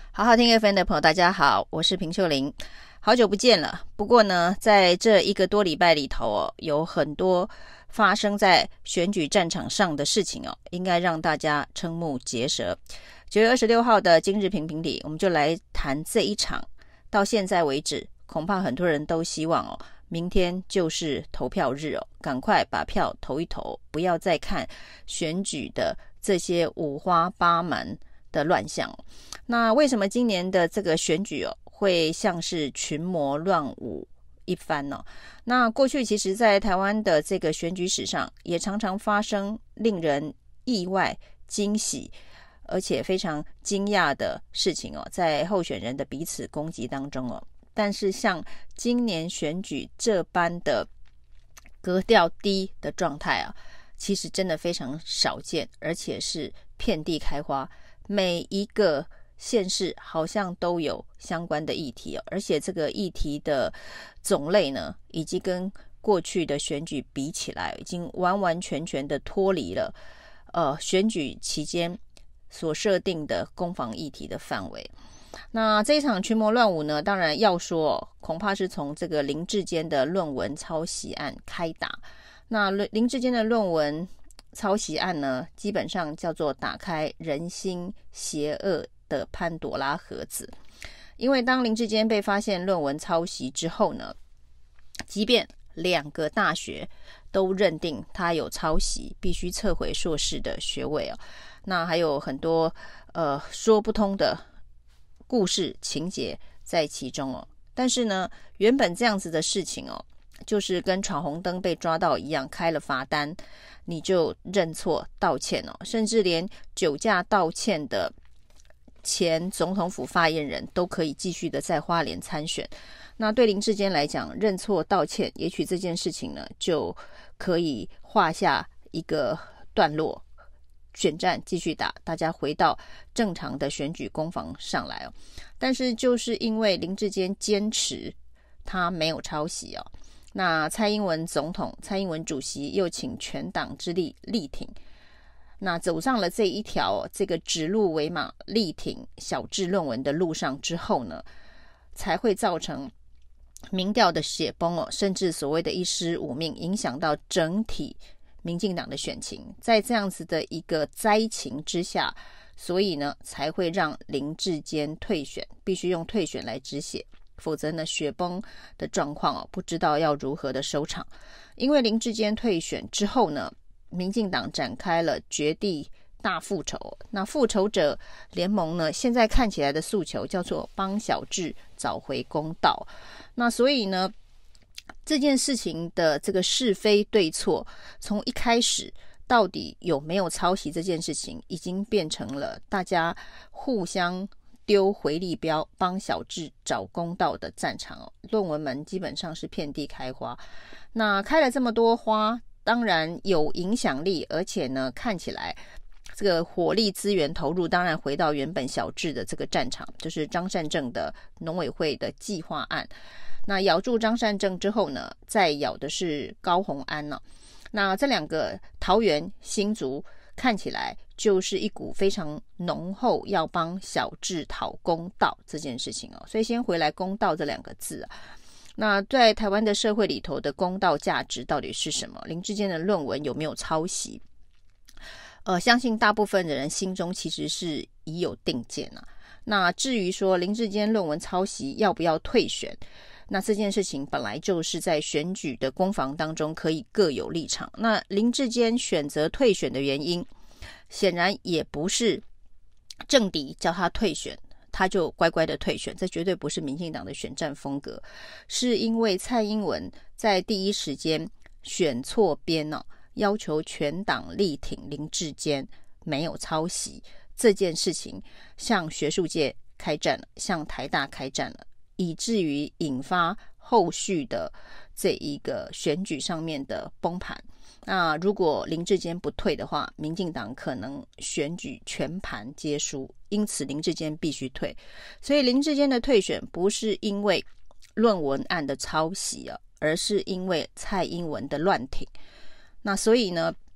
好好听 FM 的朋友大家好，我是平秀玲，好久不见了。不过呢，在这1个多礼拜里头有很多发生在选举战场上的事情应该让大家瞠目结舌。9月26号的今日评评理，我们就来谈这一场。到现在为止，恐怕很多人都希望明天就是投票日赶快把票投一投，不要再看选举的这些五花八门的乱象。那为什么今年的这个选举会像是群魔乱舞一番呢？那过去其实在台湾的这个选举史上也常常发生令人意外、惊喜而且非常惊讶的事情在候选人的彼此攻击当中但是像今年选举这般的格调低的状态其实真的非常少见，而且是遍地开花，每一个县市好像都有相关的议题而且这个议题的种类呢，以及跟过去的选举比起来，已经完完全全的脱离了选举期间所设定的攻防议题的范围。那这一场群魔乱舞呢，当然要说恐怕是从这个林智坚的论文抄袭案开打。那林智坚的论文抄袭案呢，基本上叫做打开人心邪恶的潘朵拉盒子。因为当林智坚被发现论文抄袭之后呢，即便2个大学都认定他有抄袭，必须撤回硕士的学位那还有很多说不通的故事情节在其中但是呢，原本这样子的事情就是跟闯红灯被抓到一样，开了罚单你就认错道歉甚至连酒驾道歉的前总统府发言人都可以继续的在花莲参选。那对林智坚来讲，认错道歉，也许这件事情呢就可以画下一个段落，选战继续打，大家回到正常的选举攻防上来但是就是因为林智坚坚持他没有抄袭那蔡英文总统、蔡英文主席又请全党之力力挺，那走上了这一条这个指鹿为马力挺小智论文的路上之后呢，才会造成民调的血崩甚至所谓的一尸五命，影响到整体民进党的选情。在这样子的一个灾情之下，所以呢才会让林智坚退选，必须用退选来止血，否则呢雪崩的状况不知道要如何的收场。因为林智坚退选之后呢，民进党展开了绝地大复仇。那复仇者联盟呢，现在看起来的诉求叫做帮小智找回公道。那所以呢，这件事情的这个是非对错，从一开始到底有没有抄袭这件事情，已经变成了大家互相丢回力镖，帮小智找公道的战场论文们基本上是遍地开花。那开了这么多花，当然有影响力，而且呢看起来这个火力资源投入当然回到原本小智的这个战场，就是张善政的农委会的计划案。那咬住张善政之后呢，再咬的是高虹安那这2个桃园新竹看起来就是一股非常浓厚要帮小智讨公道这件事情所以先回来公道这2个字那在台湾的社会里头的公道价值到底是什么？林智坚的论文有没有抄袭？相信大部分的人心中其实是已有定见那至于说林智坚论文抄袭要不要退选，那这件事情本来就是在选举的攻防当中可以各有立场。那林智坚选择退选的原因，显然也不是政敌叫他退选他就乖乖的退选，这绝对不是民进党的选战风格，是因为蔡英文在第一时间选错边要求全党力挺林智坚没有抄袭这件事情，向学术界开战了，向台大开战了，以至于引发后续的这一个选举上面的崩盘。那如果林智坚不退的话，民进党可能选举全盘皆输，因此林智坚必须退。所以林智坚的退选不是因为论文案的抄袭而是因为蔡英文的乱挺。那所以呢，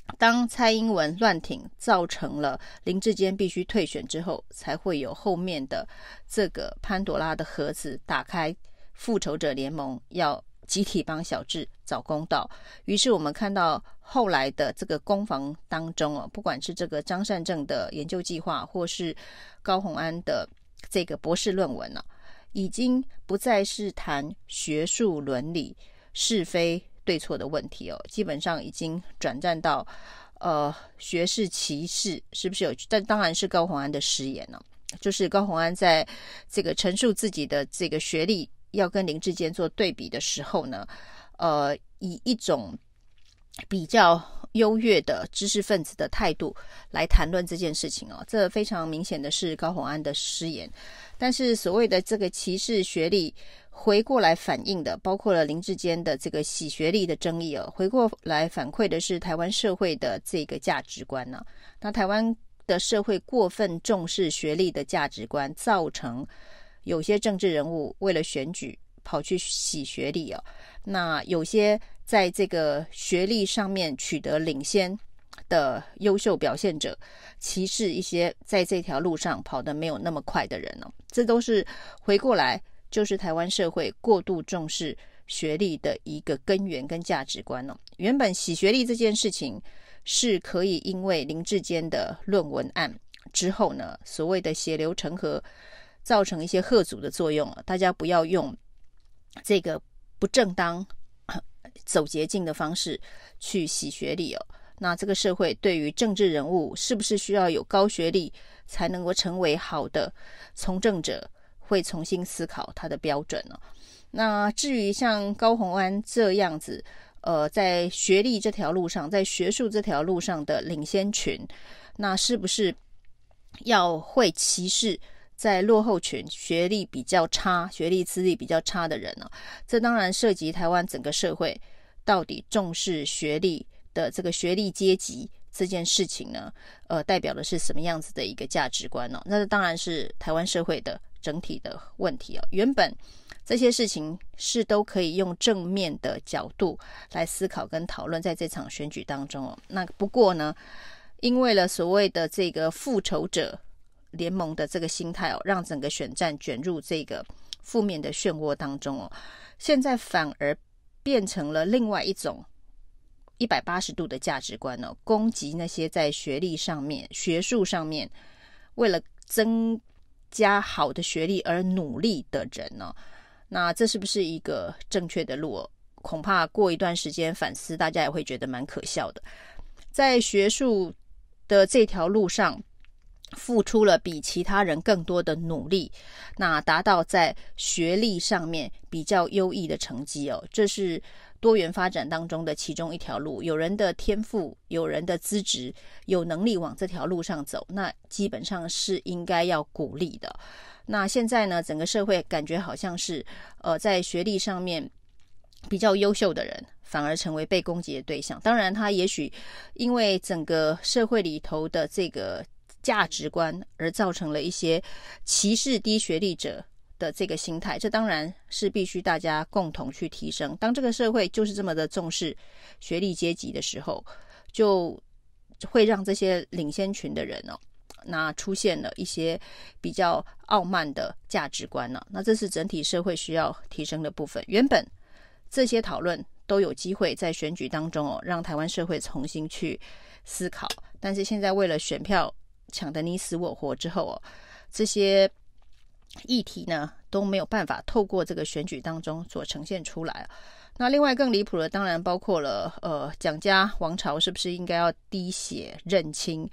当蔡英文乱挺造成了林智坚必须退选之后，才会有后面的这个潘朵拉的盒子打开，复仇者联盟要集体帮小智找公道。于是我们看到后来的这个攻防当中不管是这个张善政的研究计划，或是高虹安的这个博士论文已经不再是谈学术伦理是非对错的问题基本上已经转战到学士歧视是不是有？但当然是高虹安的失言就是高虹安在这个陈述自己的这个学历要跟林智坚做对比的时候呢，以一种比较优越的知识分子的态度来谈论这件事情这非常明显的是高虹安的失言。但是所谓的这个歧视学历回过来反映的，包括了林智坚的这个洗学历的争议回过来反馈的是台湾社会的这个价值观那台湾的社会过分重视学历的价值观，造成有些政治人物为了选举跑去洗学历那有些在这个学历上面取得领先的优秀表现者，歧视一些在这条路上跑得没有那么快的人这都是回过来就是台湾社会过度重视学历的一个根源跟价值观原本洗学历这件事情是可以因为林智坚的论文案之后呢，所谓的血流成河，造成一些吓阻的作用大家不要用这个不正当走捷径的方式去洗学历那这个社会对于政治人物是不是需要有高学历才能够成为好的从政者，会重新思考他的标准那至于像高虹安这样子在学历这条路上，在学术这条路上的领先群，那是不是要会歧视在落后群学历比较差、学历资历比较差的人这当然涉及台湾整个社会到底重视学历的这个学历阶级这件事情呢，代表的是什么样子的一个价值观那当然是台湾社会的整体的问题原本这些事情是都可以用正面的角度来思考跟讨论在这场选举当中那不过呢，因为了所谓的这个复仇者联盟的这个心态让整个选战卷入这个负面的漩涡当中现在反而变成了另外一种180度的价值观攻击那些在学历上面、学术上面为了增加好的学历而努力的人那这是不是一个正确的路恐怕过一段时间反思，大家也会觉得蛮可笑的。在学术的这条路上付出了比其他人更多的努力，那达到在学历上面比较优异的成绩这是多元发展当中的其中一条路。有人的天赋，有人的资质，有能力往这条路上走，那基本上是应该要鼓励的。那现在呢，整个社会感觉好像是在学历上面比较优秀的人反而成为被攻击的对象。当然他也许因为整个社会里头的这个价值观而造成了一些歧视低学历者的这个心态，这当然是必须大家共同去提升。当这个社会就是这么的重视学历阶级的时候，就会让这些领先群的人那出现了一些比较傲慢的价值观那这是整体社会需要提升的部分。原本这些讨论都有机会在选举当中让台湾社会重新去思考，但是现在为了选票抢得你死我活之后这些议题呢都没有办法透过这个选举当中所呈现出来那另外更离谱的当然包括了蒋家王朝是不是应该要滴血认清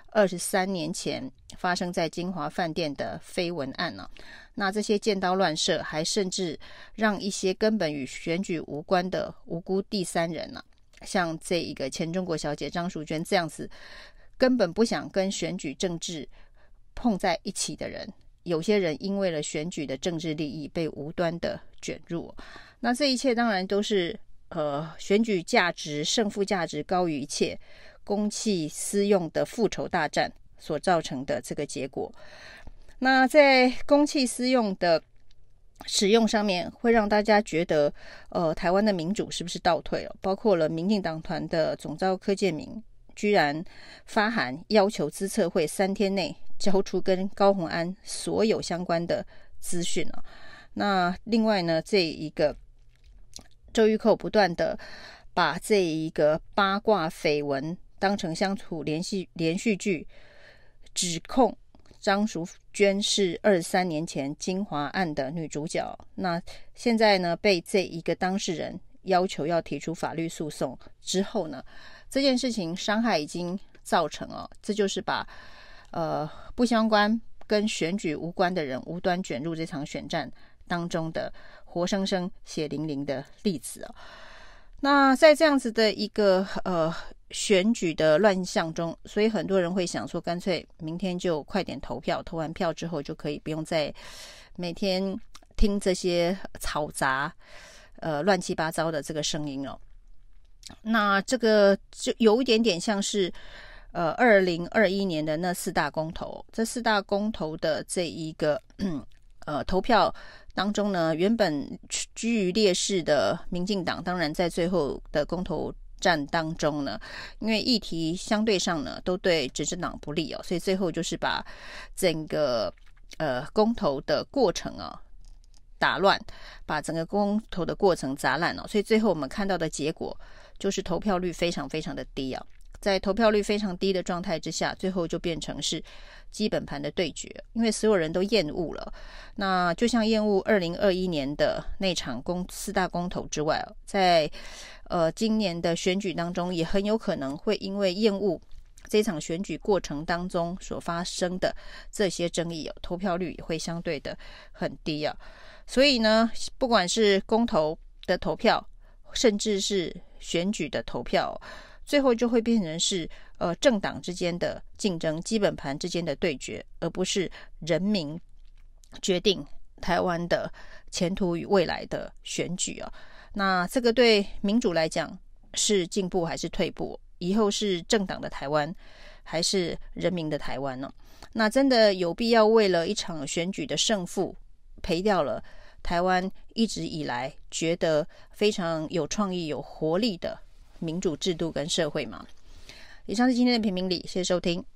23年前发生在金华饭店的绯闻案那这些剑刀乱射，还甚至让一些根本与选举无关的无辜第三人像这一个前中国小姐张淑娟这样子根本不想跟选举政治碰在一起的人，有些人因为了选举的政治利益被无端的卷入那这一切当然都是选举价值、胜负价值高于一切，公器私用的复仇大战所造成的这个结果。那在公器私用的使用上面，会让大家觉得台湾的民主是不是倒退包括了民进党团的总召柯建铭居然发函要求资策会3天内交出跟高虹安所有相关的资讯。那另外呢，这一个周玉蔻不断的把这一个八卦绯闻当成乡土连续剧，指控张淑娟是23年前金华案的女主角。那现在呢，被这一个当事人要求要提出法律诉讼之后呢，这件事情伤害已经造成这就是把不相关跟选举无关的人无端卷入这场选战当中的活生生血淋淋的例子。那在这样子的一个选举的乱象中，所以很多人会想说，干脆明天就快点投票，投完票之后就可以不用再每天听这些嘈杂乱七八糟的这个声音了。那这个就有一点点像是2021年的那4大公投，这4大公投的这一个投票当中呢，原本居于劣势的民进党，当然在最后的公投战当中呢，因为议题相对上呢都对执政党不利所以最后就是把整个公投的过程打乱，把整个公投的过程砸烂所以最后我们看到的结果就是投票率非常非常的低在投票率非常低的状态之下，最后就变成是基本盘的对决，因为所有人都厌恶了。那就像厌恶2021年的那场4大公投之外在今年的选举当中，也很有可能会因为厌恶这场选举过程当中所发生的这些争议投票率也会相对的很低所以呢，不管是公投的投票，甚至是选举的投票，最后就会变成是政党之间的竞争，基本盘之间的对决，而不是人民决定台湾的前途与未来的选举那这个对民主来讲是进步还是退步？以后是政党的台湾还是人民的台湾呢？那真的有必要为了一场选举的胜负赔掉了台湾一直以来觉得非常有创意有活力的民主制度跟社会吗？以上是今天的评评理，谢谢收听。